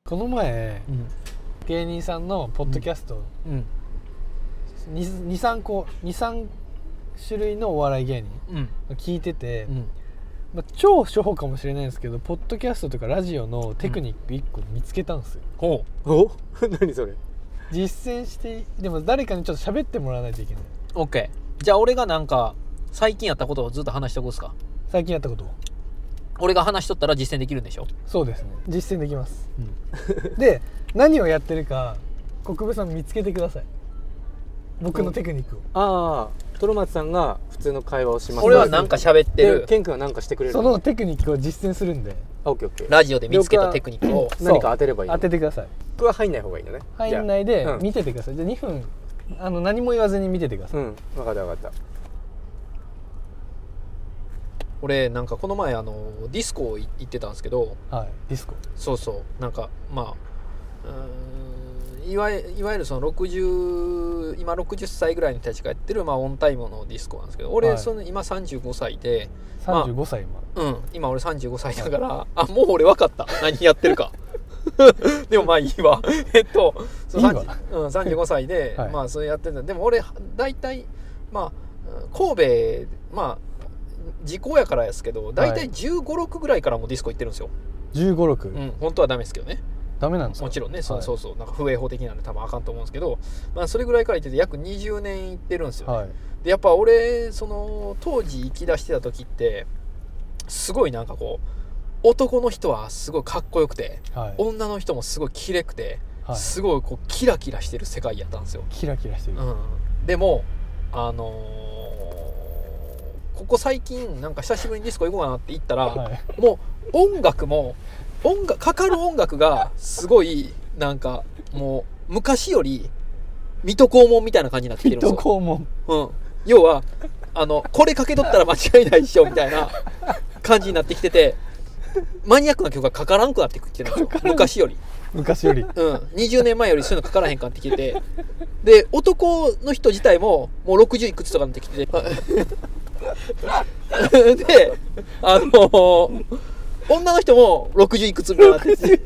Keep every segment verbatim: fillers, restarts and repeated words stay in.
この前、うん、芸人さんのポッドキャスト、うん、にさんこにさん種類のお笑い芸人聞いてて、うんまあ、超初歩かもしれないんですけどポッドキャストとかラジオのテクニックいっこ見つけたんですよ、 うん、お何それ実践してでも誰かにちょっと喋ってもらわないといけない。 OK じゃあ俺がなんか最近やったことをずっと話しておくっすか。 最近やったことを俺が話しとったら実践できるんでしょ。 そうですね実践できます、うん、で何をやってるか国分さん見つけてください僕のテクニックを、うん、 ああトロマツさんが普通の会話をします。 俺はなんか喋ってるケン君はなんかしてくれるそのテクニックを実践するんで。 あ、オッケーオッケー。 ラジオで見つけたテクニックを何か当てればいいの。 当ててください。 僕は入んない方がいいのね。 入んないで見ててください。じゃあにふんあの何も言わずに見ててください。 うん分かった分かった。 俺なんかこの前あのディスコ行ってたんですけど、 はい、ディスコそうそうなんかまあうーんいわゆいわゆるそのろくじゅう今ろくじゅっさいぐらいの人たちがやってる、まあ、オンタイムのディスコなんですけど俺、はい、その今さんじゅうごさいでさんじゅうごさい今、 まあ、うん今俺さんじゅうごさいだから、はい、あもう俺分かった何やってるかでもまあいいわえっといいわうん、さんじゅうごさいで、はい、まあそれやってるんだ。でも俺大体まあ神戸まあ時効やからですけど大体じゅうご、ろくぐらいからもディスコ行ってるんですよ。 じゅうご、ろく、 うん、本当はダメですけどね。 ダメなんですか。 もちろんね、そうそうそう、なんか不営法的なんで多分あかんと思うんですけど、まあそれぐらいから行ってて約にじゅうねん行ってるんですよ、ね。はい、でやっぱ俺その当時行き出してた時ってすごいなんかこう男の人はすごいかっこよくて、はい、女の人もすごい綺麗くて、はい、すごいこうキラキラしてる世界やったんですよ。 キラキラしてる。 うん、でもあのー。ここ最近なんか久しぶりにディスコ行こうかなって言ったら、はい、もう音楽も音楽かかる音楽がすごいなんかもう昔より水戸黄門みたいな感じになってきてるんですよ。 水戸黄門、 うん、要はあのこれかけとったら間違いないっしょみたいな感じになってきててマニアックな曲がかからんくなってきてるんですよ昔より昔より、 うん、にじゅうねんまえよりそういうのかからへんかってきててで男の人自体ももうろくじゅういくつとかになってきててであのー、女の人もろくじゅういくつみたいになってて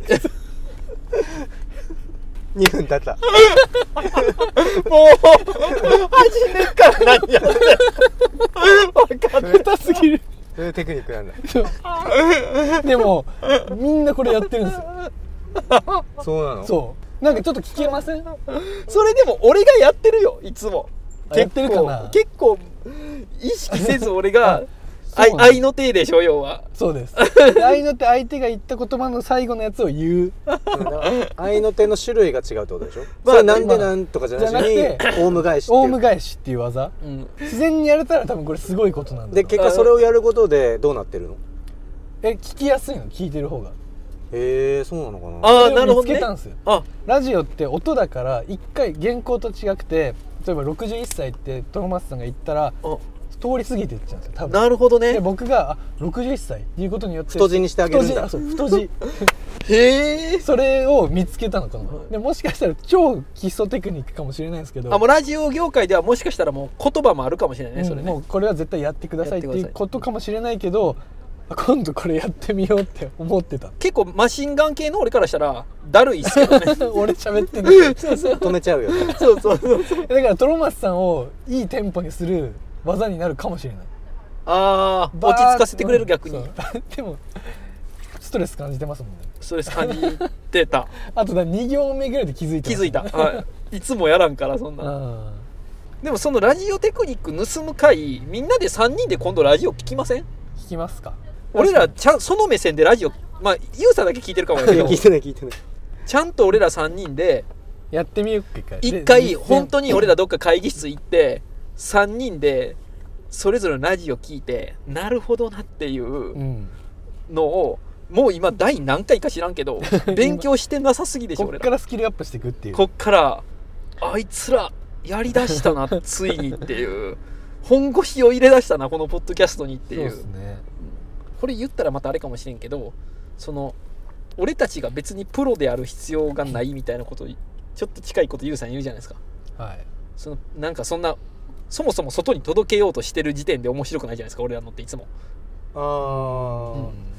にふん経ったもう初めから何やって分かん下手すぎる。 そういうテクニックなんだでもみんなこれやってるんですよ。 そうなの。 そうなんかちょっと聞けませんそれでも俺がやってるよいつも。 やってるかな。 結構意識せず俺が愛の手でしょ要は。 そうです愛の手相手が言った言葉の最後のやつを言う愛の手の種類が違うってことでしょ。まあなんでなんとかじゃなしにオウム返しっていうオウム返しっていう技、うん、自然にやれたら多分これすごいことなんだ。 で結果それをやることでどうなってるの。 え聞きやすいの聞いてる方が。 へえそうなのかな。 ああなるほどね。 見つけたんですよ。あラジオって音だから一回原稿と違くて例えばろくじゅういっさいってトロマツさんが言ったら通り過ぎていっちゃうんですよ多分。 なるほどね。 で僕があろくじゅういっさいっていうことによって太字にしてあげるんだ。 太字そう太字へえそれを見つけたのかな。でもしかしたら超基礎テクニックかもしれないんですけどあもうラジオ業界ではもしかしたらもう言葉もあるかもしれないね、うん、それね。 もうこれは絶対やってくださいっていうことかもしれないけど今度これやってみようって思ってた。 結構マシンガン系の俺からしたらだるいっすけどね俺喋ってるそうそう止めちゃうよねそうそうそうそうだからトロマツさんをいいテンポにする技になるかもしれない。 ああ落ち着かせてくれる逆に、うん、 でもストレス感じてますもんね。 ストレス感じてたあとに行目ぐらいで気づいてます、ね、気づいた、はい、いつもやらんからそんなでもそのラジオテクニック盗む回みんなでさんにんで今度ラジオ聞きません。 聞きますか。 俺らちゃんその目線でラジオまあユウさんだけ聞いてるかもしれないけど聞いてない聞いてないちゃんと俺らさんにんでやってみようか一回本当に俺らどっか会議室行ってさんにんでそれぞれのラジオ聞いてなるほどなっていうのをもう今第何回か知らんけど勉強してなさすぎでしょ。 こっからスキルアップしていくっていう。 こっからあいつらやりだしたなついにっていう本腰を入れだしたなこのポッドキャストにっていう。 そうですね。 これ言ったらまたあれかもしれんけどその俺たちが別にプロである必要がないみたいなことちょっと近いことユウさん言うじゃないですか。 はい。 そのなんかそんなそもそも外に届けようとしてる時点で面白くないじゃないですか俺らのっていつも。 ああ、うん、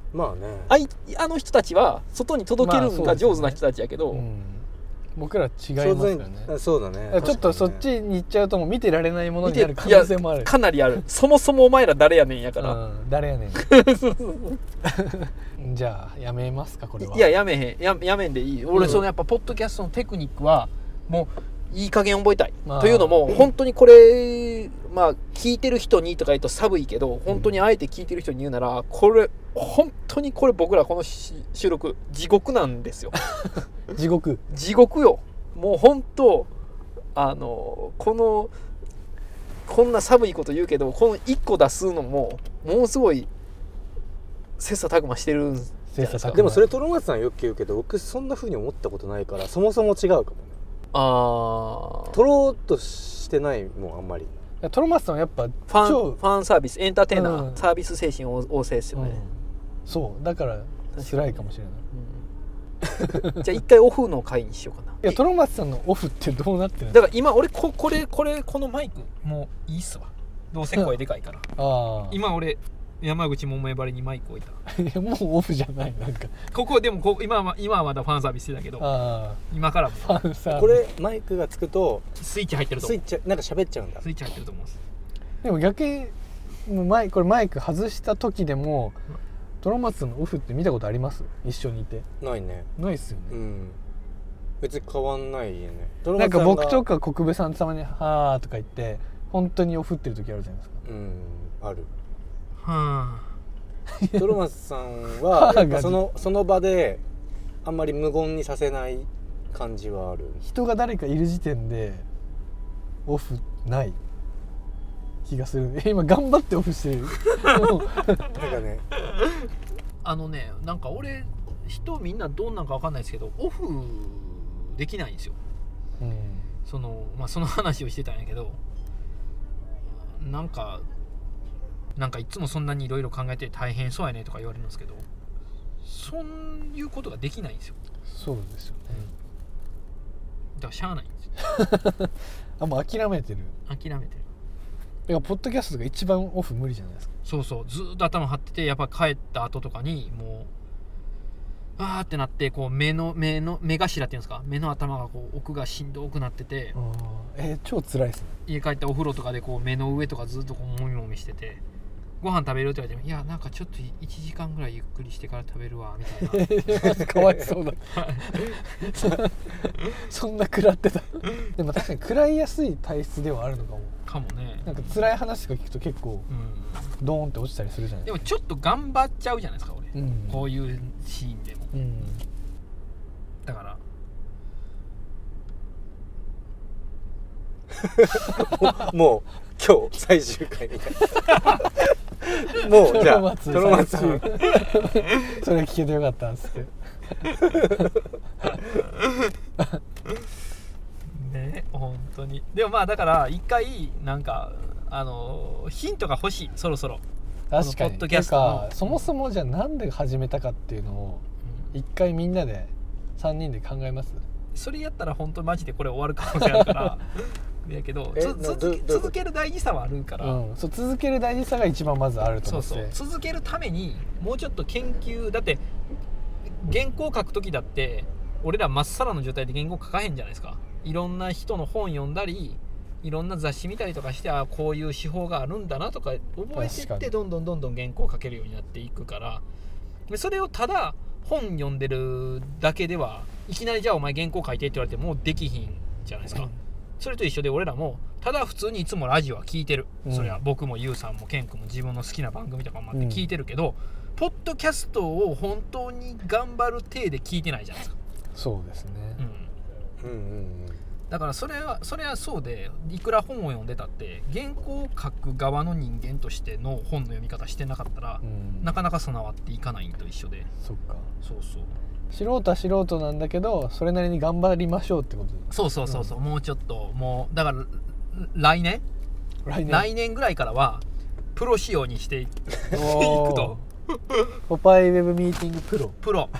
まあねあいあの人たちは外に届けるのが上手な人たちやけど、まあ僕ら違いますよね。 そうだね。 ちょっとそっちに行っちゃうともう見てられないものになる可能性もある。 かなりある。そもそもお前ら誰やねんやから、 うん、誰やねんじゃあやめますかこれは。 いややめへん や, やめんでいい。俺そのやっぱポッドキャストのテクニックはもういい加減覚えたい、まあ、というのも本当にこれまあ聞いてる人にとか言うと寒いけど、本当にあえて聞いてる人に言うなら、これ本当にこれ僕らこの収録地獄なんですよ地獄地獄よ。もう本当あのこのこんな寒いこと言うけど、このいっこ出すのもものすごい切磋琢磨してるんじゃないですか。 でもそれトロマツさんよく言うけど、僕そんな風に思ったことないから、そもそも違うかもね。 ああ、 取ろうとしてないもんあんまり。 トロマツさんはやっぱファンファンサービス、エンターテイナー、うん、サービス精神旺盛ですよね、 うん、そうだから辛いかもしれない、 うん、じゃあ一回オフの回にしようかな。 いやトロマツさんのオフってどうなってるんですか。 だから今俺 こ, これこれこのマイクもういいっすわ。どうせ声でかいからあ今俺山口百恵ばりにマイク置いたいやもうオフじゃない。なんかここでもこ今は今はまだファンサービスしてたけど、あ今からもファンサービス。 これマイクがつくとスイッチ入ってると思う。 スイッチなんか喋っちゃうんだ。 スイッチ入ってると思うんです。 でも逆にもうマイこれマイク外した時でも、うん、トロマツのオフって見たことあります？一緒にいて。 ないね。 ないっすよね、 うん、別に変わんないよね。 なんか僕とか国分さんたまにはーとか言って本当にオフってる時あるじゃないですか。 うんある。 はートロマツさんはやっぱそのその場であんまり無言にさせない感じはある。 人が誰かいる時点でオフない気がする。今頑張ってオフしてるなんかねあのねなんか俺人みんなどうなんか分かんないですけどオフできないんですよ、うん、そのまあその話をしてたんやけど、なんかなんかいつもそんなにいろいろ考えて大変そうやねとか言われるんですけど、そういうことができないんですよ。 そうですよね、 うん、だからしゃあないんですよあもう諦めてる諦めてる。 だからポッドキャストが一番オフ無理じゃないですか。 そうそうずっと頭張ってて、やっぱ帰った後とかにもうあーってなって、こう目の目の目頭っていうんですか、目の頭がこう奥がしんどくなってて、 えー、超辛いですね。 家帰ってお風呂とかでこう目の上とかずっとこうもみもみしてて、ご飯食べるって言われてもいやなんかちょっといちじかんぐらいゆっくりしてから食べるわみたいなかわいそうだそんな食らってたでも確かに食らいやすい体質ではあるのかもかもね。 なんか辛い話とか聞くと結構、うん、ドーンって落ちたりするじゃないですか。 でもちょっと頑張っちゃうじゃないですか俺、うん、こういうシーンでも、うん、だからもう今日最終回みたいなもうじゃあトロマツさんそれ聞けてよかったんですってね本当に。でもまあだから一回なんかあのヒントが欲しいそろそろ。 確かに。ポッドキャストのそもそもじゃあなんで始めたかっていうのを一回みんなでさんにんで考えます。 それやったら本当にマジでこれ終わる可能性あるからやけど続け、続ける大事さはあるから、 うん、そう続ける大事さが一番まずあると思って。 そうそう続けるためにもうちょっと研究だって、原稿書く時だって俺らまっさらの状態で原稿書かへんじゃないですか。いろんな人の本読んだりいろんな雑誌見たりとかして、あこういう手法があるんだなとか覚えていってどんどんどんどん原稿書けるようになっていくから、でそれをただ本読んでるだけではいきなりじゃあお前原稿書いてって言われてもできひんじゃないですか、うん、それと一緒で俺らもただ普通にいつもラジオは聞いてる、うん、それは僕もユウさんもケン君も自分の好きな番組とかもあって聞いてるけど、うん、ポッドキャストを本当に頑張る体で聞いてないじゃないですか。 そうですね、 うん、うんうんうんだからそれはそれはそうで、いくら本を読んでたって原稿を書く側の人間としての本の読み方してなかったら、うん、なかなか備わっていかないと一緒で。 そっかそうそう素人は素人なんだけどそれなりに頑張りましょうってこと。 そうそうそうそう、うん、もうちょっともうだから来年来年来年ぐらいからはプロ仕様にしていくとポパイウェブミーティングプロプロ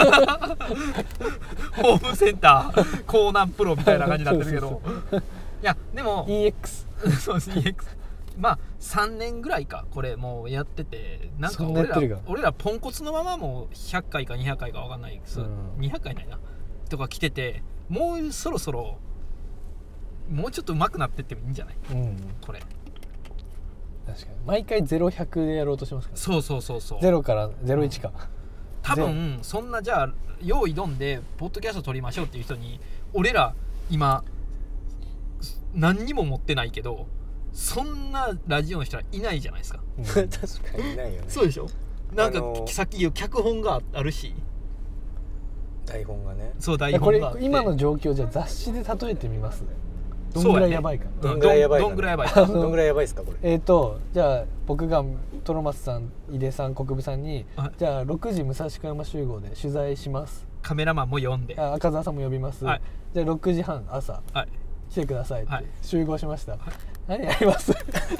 ホームセンターコーナンプロみたいな感じになってるけどいやでもイーエックスそう イーエックスまあさんねんぐらいかこれもうやってて、なんか俺ら俺らポンコツのままもうひゃっかいかにひゃっかいか分かんない、うん、にひゃっかいないなとか来てて、もうそろそろもうちょっと上手くなってってもいいんじゃない、うん、これ確かに毎回ゼロひゃくでやろうとしますから、ね、 そうそうそうそう、 ゼロからゼロいちか、うん、 多分そんなじゃあ用意どんでポッドキャスト撮りましょうっていう人に俺ら今何にも持ってないけどそんなラジオの人はいないじゃないですか、 うん、確かにいないよね。 そうでしょ、なんか、あのー、さっき言う脚本があるし台本がね、 そう台本があって、 これ今の状況じゃ雑誌で例えてみますね。どんぐらいやばいか、ね、 どんぐらいやばいか、 どんぐらいやばいかどんぐらいやばいですかこれ。 えーとじゃあ僕がトロマツさん、井出さん、国分さんにじゃあろくじ武蔵小山集合で取材します。 カメラマンも呼んで、 あ赤澤さんも呼びます、はい、じゃあろくじはん朝、はい、来てくださいって、はい、集合しました、はい、何やります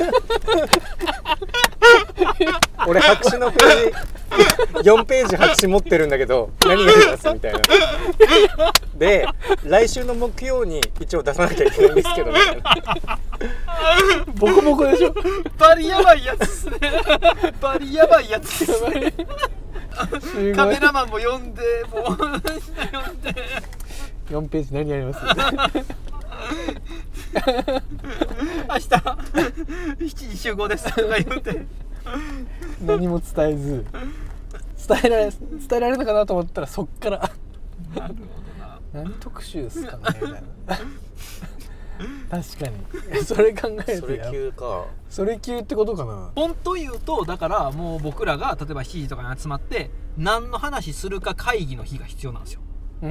俺白紙のページよんページ白紙持ってるんだけど何やりますみたいなで来週の木曜に一応出さなきゃいけないんですけどみたいなボコボコでしょバリやばいやつっすねバリやばいやつっすねカメラマンも呼んでもう呼んでよんページ何やります明日しちじ集合ですとか言って何も伝えず伝えられ伝えられるのかなと思ったらそっからなるほどな、 何特集ですかねみたいな確かにそれ考えるとそれ級か、 それ級ってことかな。 本当言うとだからもう僕らが例えばしちじとかに集まって何の話するか会議の日が必要なんですよ。 うんうん、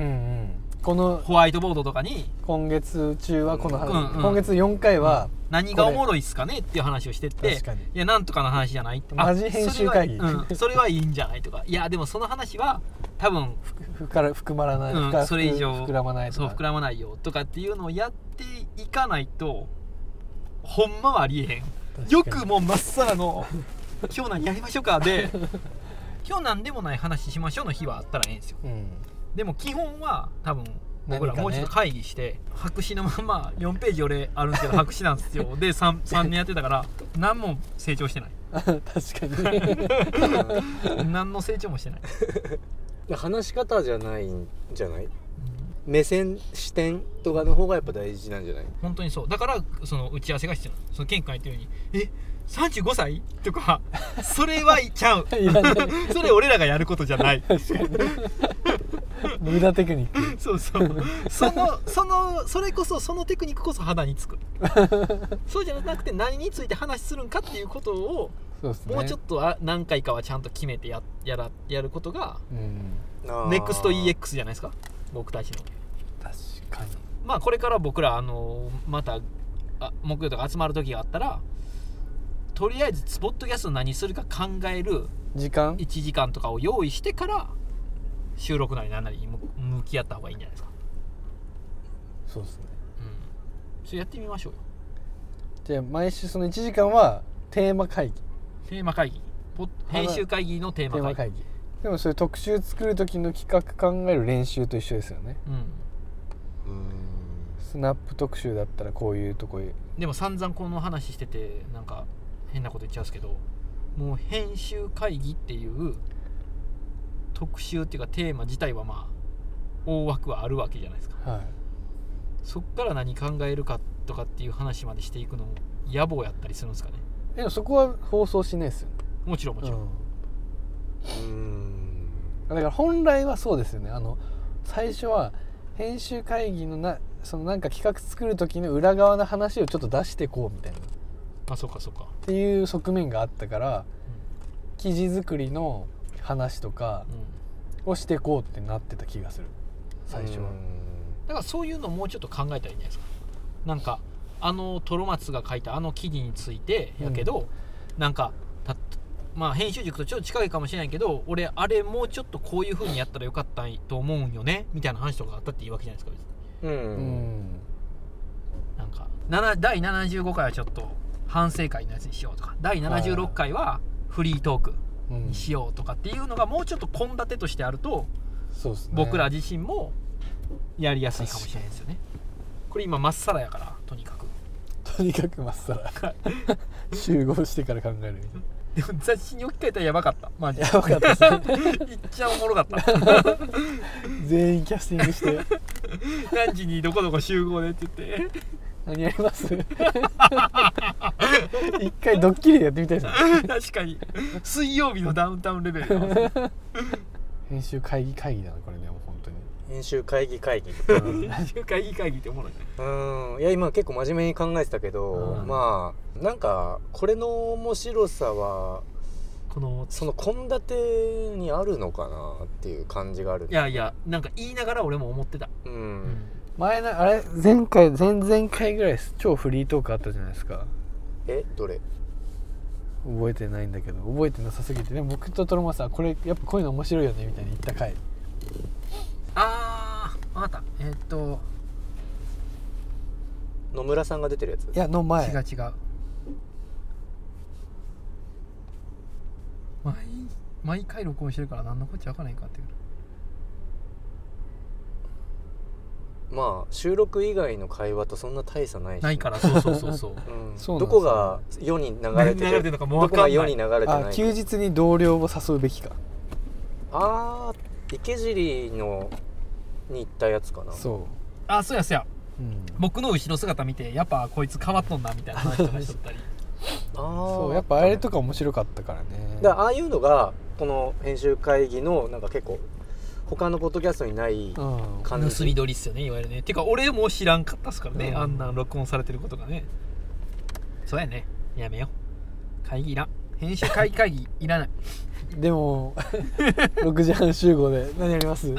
このホワイトボードとかに今月中はこの話、 うんうん、 今月よんかいは、うん、 何がおもろいっすかねっていう話をしてって、いやなんとかの話じゃないってマジ編集会議、 それは、うん、それはいいんじゃないとか、いやでもその話は多分ふから含まらない、 うん、それ以上膨らまないとか、 そう膨らまないよとかっていうのをやっていかないとほんまはありえへん。よくもうまっさらの今日何やりましょうかで今日何でもない話しましょうの日はあったらええんですよ、うん、でも基本は多分僕らもうちょっと会議して、ね、白紙のままよんページ俺あるんですけど白紙なんですよで 3, さんねんやってたから何も成長してない確かに何の成長もしてない話し方じゃないんじゃない、うん、目線視点とかの方がやっぱ大事なんじゃない。 本当にそうだからその打ち合わせが必要なの。そのケン君が言ったようにえさんじゅうごさいとかそれはちゃうそれ俺らがやることじゃない確かに無駄テクニックそうそうそのそのそれこそそのテクニックこそ肌につくそうじゃなくて何について話するんかっていうことをそうですね、もうちょっとあ何回かはちゃんと決めて や, や, らやることが、うん、ネクスト イーエックス じゃないですか僕たちの。 確かにまあこれから僕らあのまたあ木曜とか集まる時があったらとりあえずスポットキャスト何するか考える時間いちじかんとかを用意してから収録なり何なりに向き合った方がいいんじゃないですか。 そうですね、 うん、それやってみましょうよ。 じゃあ毎週そのいちじかんはテーマ会議テーマ会議編集会議のテーマ会 議, 会議でもそれ特集作る時の企画考える練習と一緒ですよね、うん、うんスナップ特集だったらこういうとこへでも散々この話しててなんか変なこと言っちゃうんですけどもう編集会議っていう特集っていうかテーマ自体はまあ大枠はあるわけじゃないですか、はい、そっから何考えるかとかっていう話までしていくの野暮やったりするんですかね。 でもそこは放送しないですよね。 もちろんもちろん、うん、うーんだから本来はそうですよね。あの最初は編集会議のなそのなんか企画作る時の裏側の話をちょっと出していこうみたいなあそうかそうかっていう側面があったから、うん、記事作りの話とかをしていこうってなってた気がする最初は。 だからそういうのをもうちょっと考えたらいいんじゃないですか。なんかあのトロマツが書いたあの記事についてやけど、うん、なんかたまあ編集塾とちょっと近いかもしれないけど俺あれもうちょっとこういう風にやったらよかったと思うんよねみたいな話とかあったっていいわけじゃないですか別に、うんうん、なんかだいななじゅうごかいはちょっと反省会のやつにしようとかだいななじゅうろっかいはフリートークにしようとかっていうのがもうちょっと献立としてあると、 そうですね、 僕ら自身もやりやすいかもしれないですよね。これ今まっさらやからとにかくとにかくまっさら集合してから考えるみたいな。 でも雑誌に置き換えたらやばかったマジでやばかったですねいっちゃおもろかった全員キャスティングして何時にどこどこ集合でって言って何やります一回ドッキリでやってみたいですね確かに水曜日のダウンタウンレベル編集会議会議だなこれねもう本当に編集会議会議編集会議会議っておもろいね。 うんいや今結構真面目に考えてたけど、うん、まあなんかこれの面白さはこのその献立にあるのかなっていう感じがある。 いやいやなんか言いながら俺も思ってた。 うん、うん、 前なあれ前回前々回ぐらい超フリートークあったじゃないですか。 えどれ覚えてないんだけど覚えてなさすぎてね僕とトロマさんこれやっぱこういうの面白いよねみたいに言った回。 あー分かったえー、っと野村さんが出てるやつ。 いやの前違う違う毎毎回録音してるから何のこっちゃ分からないかっていうまあ収録以外の会話とそんな大差ないし、ね、 ないからそうそうそうそう、 うん、 そうどこが世に流れててるのかも分かんない。 どこが世に流れてないか。 あ休日に同僚を誘うべきか。 あー池尻のに行ったやつかな。 そうあそうやそうや、 うん、 僕の後ろ姿見てやっぱこいつ変わっとんなみたいな話とかしとったりあそうやっぱあれとか面白かったからね。 だからああいうのがこの編集会議のなんか結構他のポッドキャストにない感じ、 盗み撮りっすよねいわゆるね。てか俺も知らんかったっすからね、 うん、 あんな録音されてることがね。そうやねやめよう会議いらん編集会議会議いらないでもろくじはん集合で何やります、うん、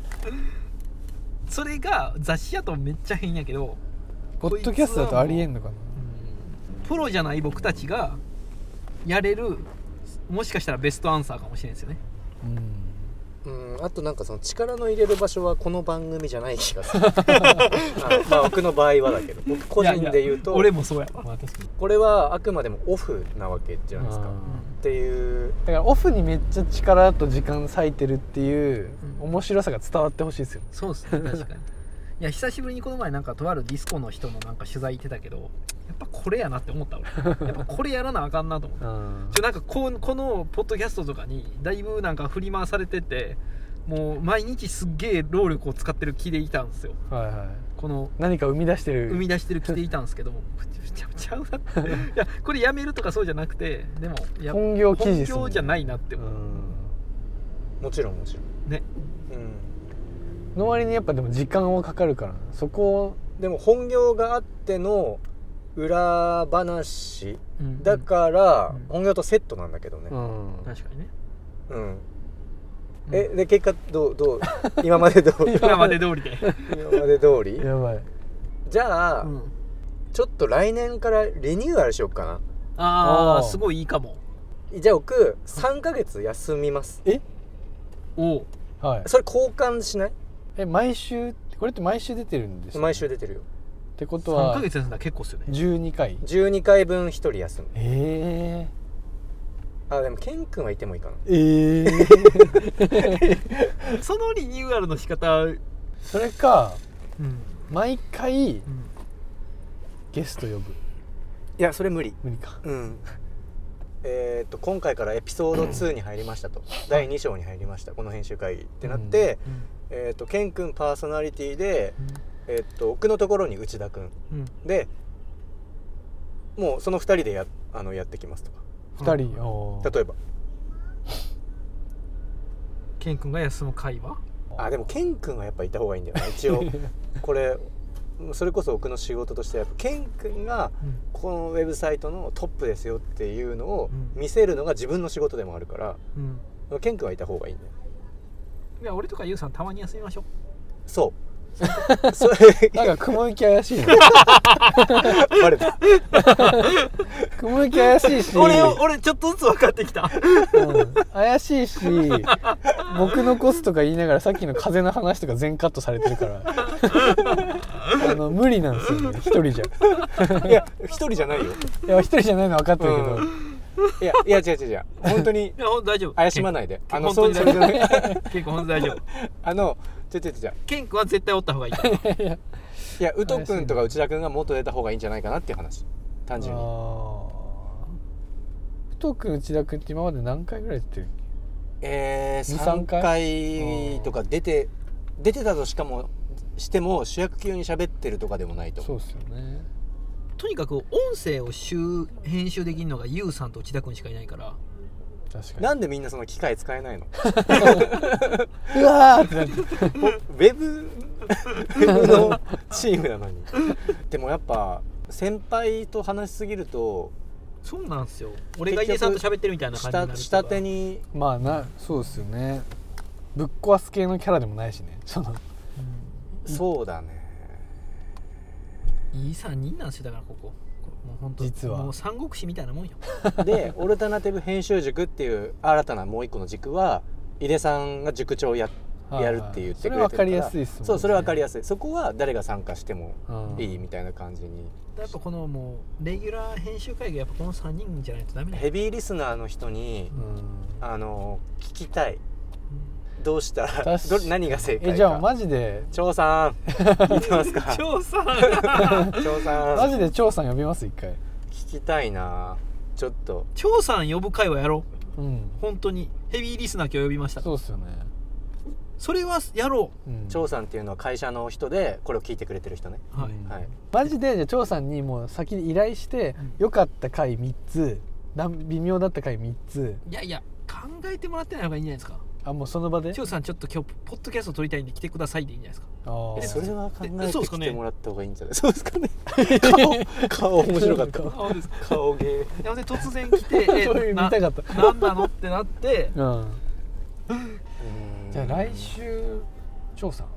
それが雑誌やとめっちゃ変やけどポッドキャストだとありえんのかな。 プロじゃない僕たちがやれるもしかしたらベストアンサーかもしれないですよね。 うん、うん、あとなんかその力の入れる場所はこの番組じゃない気がするあまあ僕の場合はだけど僕個人で言うといやいや俺もそうやわ、 まあ、確かにこれはあくまでもオフなわけじゃないですかっていうだからオフにめっちゃ力と時間割いてるっていう面白さが伝わってほしいですよ。 そうですね確かにいや久しぶりにこの前なんかとあるディスコの人のなんか取材行ってたけどやっぱこれやなって思った俺やっぱこれやらなあかんなと思ってちょなんかこうこのポッドキャストとかにだいぶなんか振り回されててもう毎日すっげえ労力を使ってる気でいたんですよ、はいはい、この何か生み出してる生み出してる気でいたんですけどちゃちゃうないやこれやめるとかそうじゃなくてでもや本業記事ですもんね。 本業じゃないなって思う。 もちろんもちろんね、 うんの割にやっぱでも時間はかかるからそこをでも本業があっての裏話だから本業とセットなんだけどね、 うんうん、確かにね、 うんえで結果どうどう今まで通り今まで通りで今まで通りやばい。 じゃあ、うん、ちょっと来年からリニューアルしようかな。 ああすごいいいかも。 じゃあ僕さんかげつ休みます。 えおはいそれ交換しない？ え毎週これって毎週出てるんですか？ 毎週出てるよ。 ってことはさんかげつ休んだら結構っすよね。 じゅうにかいじゅうにかいぶんひとり休む。 えー、あでもケン君はいてもいいかな。 えー、 そのリニューアルの仕方それか、 うん、 毎回、うん、ゲスト呼ぶ。 いやそれ無理無理か。 うんえー、と今回からエピソードにに入りましたとだいに章に入りましたこの編集会議ってなって、うんうんえー、とケン君パーソナリティで、うんえー、と奥のところに内田君、うん、でもうそのふたりで や, あのやってきますとかふたり、 うん、例えばケン君が休む会はあでもケン君はやっぱいた方がいいんだよね一応これそれこそ僕の仕事としてやっぱケン君がこのウェブサイトのトップですよっていうのを見せるのが自分の仕事でもあるから、うん、ケン君はいた方がいいんだよ。 いや俺とかユウさんたまに休みましょう。 そうそれなんか雲行き怪しいのバレた雲行き怪しいし俺俺ちょっとずつ分かってきた、 うん、怪しいし僕のコスとか言いながらさっきの風の話とか全カットされてるからあの無理なんですよね一人じゃいや一人じゃないよいや一人じゃないの分かってるけど、うんいやいや違う違う違う本当にいや大丈夫怪しまないであのそういうの結構本当に大丈夫あのちょちょちょケン君は絶対おった方がいいからいやいや宇都君とか内田君がもっと出た方がいいんじゃないかなっていう話単純に。 宇都君内田君って今まで何回ぐらい出てるっけ？えー、さんかいとか出て出てたとしかもしても主役級に喋ってるとかでもないと思う。 そうですよね。 とにかく音声を編集できるのがユウさんと内田君しかいないから。 確かに。 なんでみんなその機械使えないの？ うわーってなってウェブウェブのチームなのに。でもやっぱ先輩と話しすぎるとそうなんですよ。俺が井出さんと喋ってるみたいな感じになる。 下手にまあなそうですよね。ぶっ壊す系のキャラでもないしね。その、 うん、そうだね。 いいさんにんなんですよだからここ。もう本当実はもう三国志みたいなもんよ。 でオルタナティブ編集塾っていう新たなもう一個の軸は井出さんが塾長を や, やるって言ってくれてるから、それ分かりやすいっすもんね。 そうそれ分かりやすい。そこは誰が参加してもいいみたいな感じに。 やっぱこのもうレギュラー編集会議やっぱこのさんにんじゃないとダメだよ。 ヘビーリスナーの人に、うん、あの聞きたい。どうしたらど何が正解か。 えじゃあマジで張さん聞いてますか？ 張さん張さんマジで張さん呼びます一回。 聞きたいな。ちょっと張さん呼ぶ会話やろう。 うん、 本当にヘビーリスナー今日呼びました。 そうっすよね。 それはやろう、うん、張さんっていうのは会社の人でこれを聞いてくれてる人ね。 はい、 はい、 マジでじゃあ張さんにもう先に依頼して、うん、良かった回みっつ微妙だった回みっつ。 いやいや考えてもらってない方がいいんじゃないですか。 あもうその場で張さんちょっと今日ポッドキャスト撮りたいんで来てくださいでいいんじゃないですか。 あそれは考えてきてもらった方がいいんじゃない。そうですかね。顔顔面白かった。 顔です顔芸。 で突然来てえそういう見たかった。 何なのってなって。うん。 じゃあ来週張さん。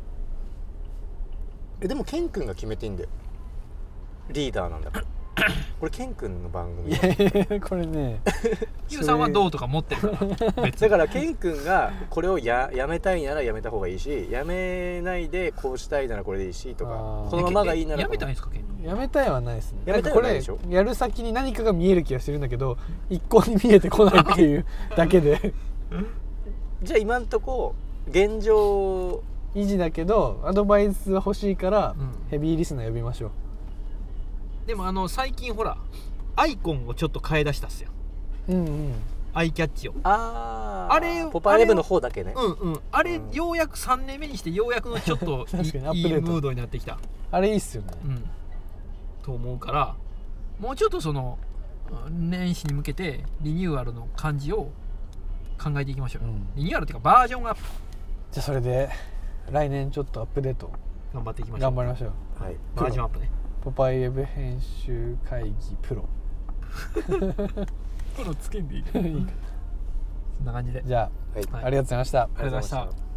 えでもケン君が決めていいんだよ。リーダーなんだから。これケン君の番組。 いやいやこれね。 ユウさんはどうとか持ってるからだからケン君がこれを や, やめたいならやめた方がいいし、やめないでこうしたいならこれでいいしとか、このままがいいならやめたいんですか。ケンやめたいはないですね。 やめたいはないでしょ。 やる先に何かが見える気がしてるんだけど一向に見えてこないっていうだけでじゃあ今んとこ現状維持だけどアドバイスは欲しいから、うん、ヘビーリスナー呼びましょう。 でもあの最近ほらアイコンをちょっと変え出したっすよ。 うんうん。 アイキャッチを。 ああれポパイレブの方だけね。 うんうん。あれ、うん、ようやくさんねんめにしてようやくのちょっといいムードになってきた。 あれいいっすよね。 うん。と思うからもうちょっとその年始に向けてリニューアルの感じを考えていきましょう。うん、リニューアルっていうかバージョンアップ。 じゃあそれで来年ちょっとアップデート頑張っていきましょう。 頑張りましょう。 はい。 バージョンアップね。 ポパイウェブ編集会議プロプロつけんでいいかそんな感じでじゃあ、はい、ありがとうございました。 ありがとうございました。